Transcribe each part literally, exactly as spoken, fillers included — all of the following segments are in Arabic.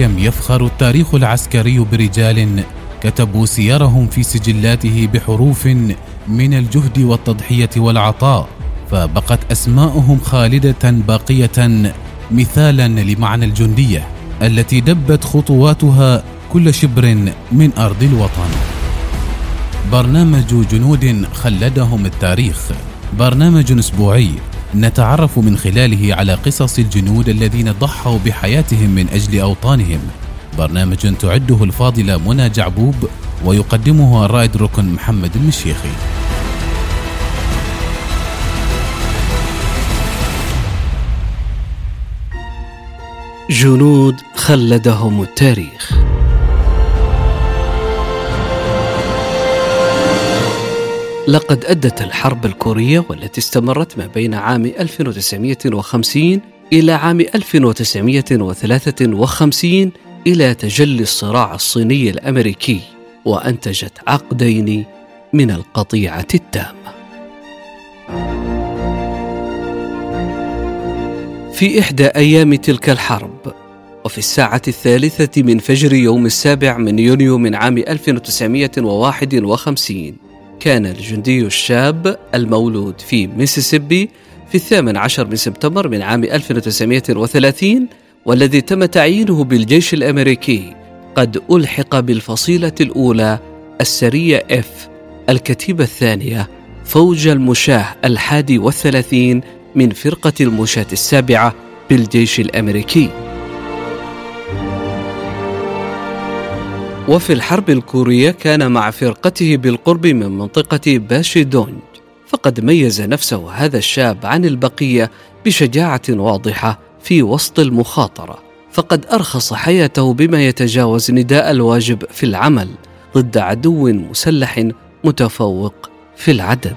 كم يفخر التاريخ العسكري برجال كتبوا سيرهم في سجلاته بحروف من الجهد والتضحية والعطاء، فبقت أسماؤهم خالدة باقية مثالا لمعنى الجندية التي دبت خطواتها كل شبر من أرض الوطن. برنامج جنود خلدهم التاريخ، برنامج أسبوعي نتعرف من خلاله على قصص الجنود الذين ضحوا بحياتهم من أجل أوطانهم. برنامج تعده الفاضلة منى جعبوب ويقدمه الرائد ركن محمد المشيخي. جنود خلدهم التاريخ. لقد أدت الحرب الكورية والتي استمرت ما بين عام ألف وتسعمائة وخمسين إلى عام ألف وتسعمائة وثلاثة وخمسين إلى تجلي الصراع الصيني الأمريكي، وأنتجت عقدين من القطيعة التامة. في إحدى أيام تلك الحرب، وفي الساعة الثالثة من فجر يوم السابع من يونيو من عام ألف وتسعمائة وواحد وخمسين، كان الجندي الشاب المولود في ميسيسيبي في الثامن عشر من سبتمبر من عام ألف وتسعمائة وثلاثين، والذي تم تعيينه بالجيش الأمريكي، قد ألحق بالفصيلة الأولى السرية إف الكتيبة الثانية فوج المشاة الحادي والثلاثين من فرقة المشاة السابعة بالجيش الأمريكي. وفي الحرب الكورية كان مع فرقته بالقرب من منطقة باشيدونج، فقد ميز نفسه هذا الشاب عن البقية بشجاعة واضحة في وسط المخاطرة، فقد أرخص حياته بما يتجاوز نداء الواجب في العمل ضد عدو مسلح متفوق في العدد.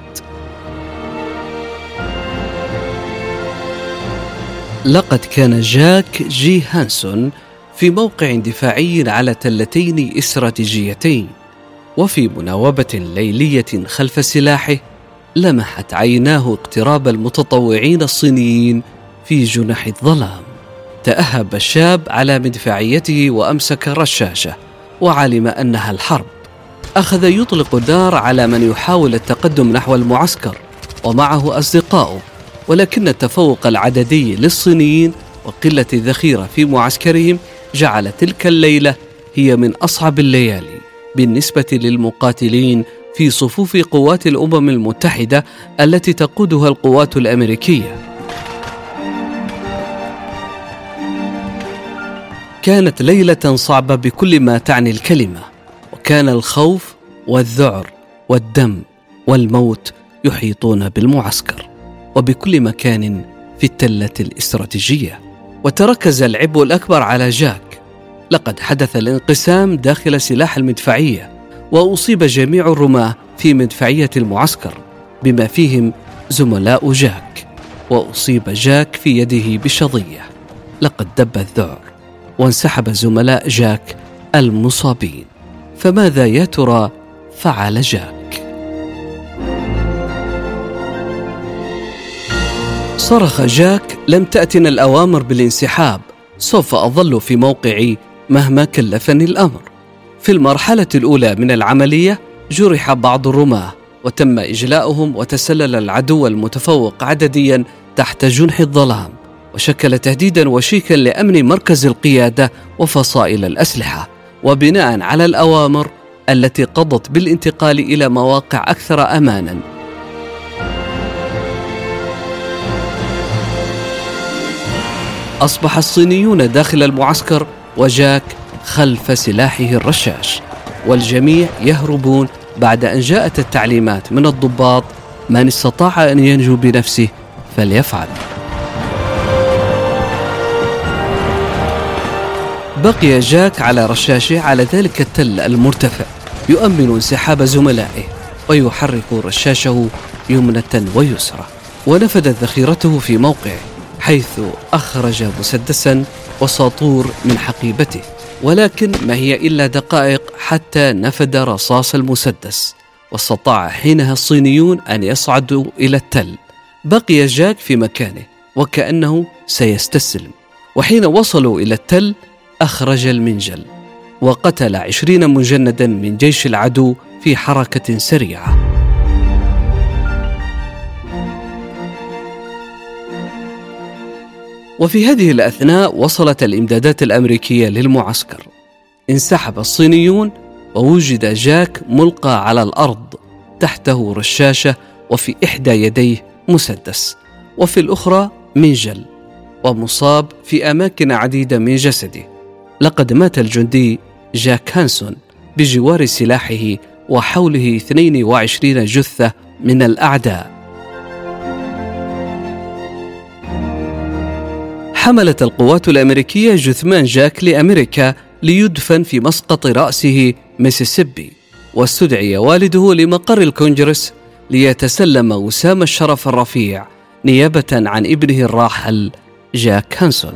لقد كان جاك جي هانسون في موقع دفاعي على تلتين استراتيجيتين، وفي مناوبة ليلية خلف سلاحه لمحت عيناه اقتراب المتطوعين الصينيين في جنح الظلام. تأهب الشاب على مدفعيته وأمسك رشاشة، وعلم أنها الحرب. أخذ يطلق النار على من يحاول التقدم نحو المعسكر ومعه أصدقائه، ولكن التفوق العددي للصينيين وقلة الذخيرة في معسكرهم جعل تلك الليلة هي من أصعب الليالي بالنسبة للمقاتلين في صفوف قوات الأمم المتحدة التي تقودها القوات الأمريكية. كانت ليلة صعبة بكل ما تعني الكلمة، وكان الخوف والذعر والدم والموت يحيطون بالمعسكر وبكل مكان في التلة الاستراتيجية. وتركز العبء الأكبر على جاك. لقد حدث الانقسام داخل سلاح المدفعية، وأصيب جميع الرماة في مدفعية المعسكر بما فيهم زملاء جاك، وأصيب جاك في يده بشظية. لقد دب الذعر وانسحب زملاء جاك المصابين. فماذا يا ترى فعل جاك؟ صرخ جاك: لم تأتنا الأوامر بالانسحاب، سوف أظل في موقعي مهما كلفني الأمر. في المرحلة الأولى من العملية جرح بعض الرماة وتم إجلاؤهم، وتسلل العدو المتفوق عدديا تحت جنح الظلام، وشكل تهديدا وشيكا لأمن مركز القيادة وفصائل الأسلحة، وبناء على الأوامر التي قضت بالانتقال إلى مواقع أكثر أمانا. أصبح الصينيون داخل المعسكر وجاك خلف سلاحه الرشاش، والجميع يهربون بعد أن جاءت التعليمات من الضباط: من استطاع أن ينجو بنفسه فليفعل. بقي جاك على رشاشه على ذلك التل المرتفع يؤمن انسحاب زملائه، ويحرك رشاشه يمنة ويسرى، ونفذت ذخيرته في موقعه، حيث أخرج مسدسا وساطور من حقيبته، ولكن ما هي إلا دقائق حتى نفد رصاص المسدس، واستطاع حينها الصينيون أن يصعدوا إلى التل. بقي جاك في مكانه وكأنه سيستسلم، وحين وصلوا إلى التل أخرج المنجل وقتل عشرين مجندا من جيش العدو في حركة سريعة. وفي هذه الأثناء وصلت الإمدادات الأمريكية للمعسكر. انسحب الصينيون ووجد جاك ملقى على الأرض، تحته رشاشة وفي إحدى يديه مسدس وفي الأخرى منجل، ومصاب في أماكن عديدة من جسده. لقد مات الجندي جاك هانسون بجوار سلاحه وحوله اثنين وعشرين جثة من الأعداء. حملت القوات الأمريكية جثمان جاك لأمريكا ليدفن في مسقط رأسه ميسيسيبي، واستدعي والده لمقر الكونجرس ليتسلم وسام الشرف الرفيع نيابة عن ابنه الراحل جاك هانسون.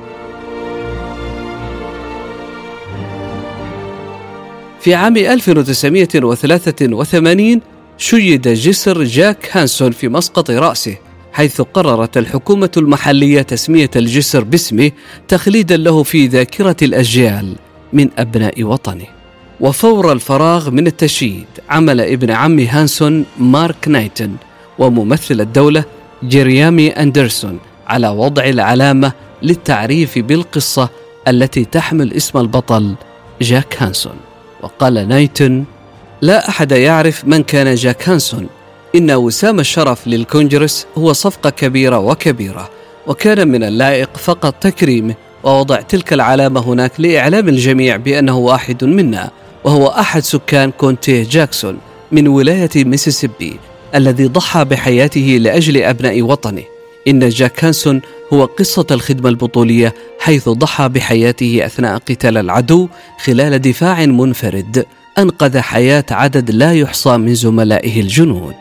في عام ألف وتسعمائة وثلاثة وثمانين شيد جسر جاك هانسون في مسقط رأسه، حيث قررت الحكومة المحلية تسمية الجسر باسمه تخليدا له في ذاكرة الأجيال من أبناء وطنه. وفور الفراغ من التشييد عمل ابن عم هانسون مارك نايتن وممثل الدولة جيريامي أندرسون على وضع العلامة للتعريف بالقصة التي تحمل اسم البطل جاك هانسون. وقال نايتن: لا أحد يعرف من كان جاك هانسون، إن وسام الشرف للكونجرس هو صفقة كبيرة وكبيرة، وكان من اللائق فقط تكريمه ووضع تلك العلامة هناك لإعلام الجميع بأنه واحد منا، وهو أحد سكان كونتي جاكسون من ولاية ميسيسيبي الذي ضحى بحياته لأجل أبناء وطنه. إن جاك هانسون هو قصة الخدمة البطولية، حيث ضحى بحياته أثناء قتال العدو خلال دفاع منفرد أنقذ حياة عدد لا يحصى من زملائه الجنود.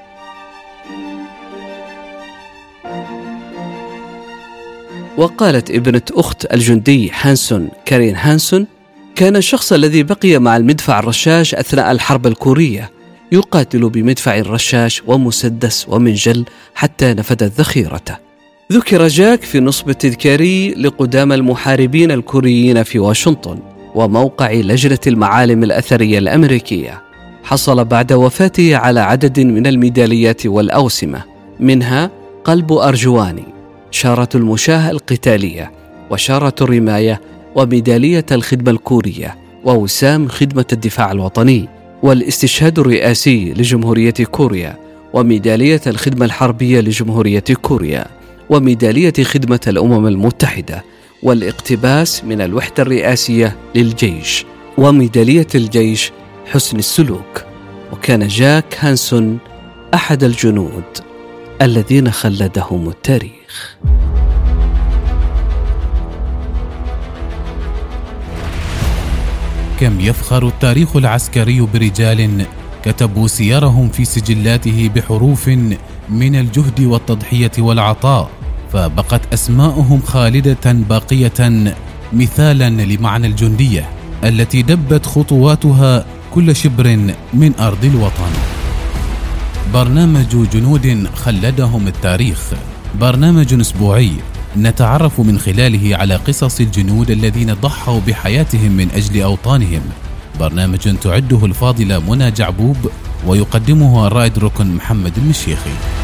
وقالت ابنة أخت الجندي هانسون كارين هانسون: كان الشخص الذي بقي مع المدفع الرشاش أثناء الحرب الكورية يقاتل بمدفع الرشاش ومسدس ومنجل حتى نفدت ذخيرته. ذكر جاك في نصب التذكاري لقدام المحاربين الكوريين في واشنطن وموقع لجنة المعالم الأثرية الأمريكية. حصل بعد وفاته على عدد من الميداليات والأوسمة، منها قلب أرجواني، شارة المشاة القتالية، وشارة الرماية، وميدالية الخدمة الكورية، ووسام خدمة الدفاع الوطني، والاستشهاد الرئاسي لجمهورية كوريا، وميدالية الخدمة الحربية لجمهورية كوريا، وميدالية خدمة الأمم المتحدة، والاقتباس من الوحدة الرئاسية للجيش، وميدالية الجيش حسن السلوك. وكان جاك هانسون أحد الجنود الذين خلدهم التاريخ. كم يفخر التاريخ العسكري برجال كتبوا سيرهم في سجلاته بحروف من الجهد والتضحية والعطاء، فبقت أسماؤهم خالدة باقية مثالا لمعنى الجندية التي دبت خطواتها كل شبر من أرض الوطن. برنامج جنود خلدهم التاريخ، برنامج أسبوعي نتعرف من خلاله على قصص الجنود الذين ضحوا بحياتهم من أجل أوطانهم. برنامج تعده الفاضلة منى جعبوب ويقدمه الرائد ركن محمد المشيخي.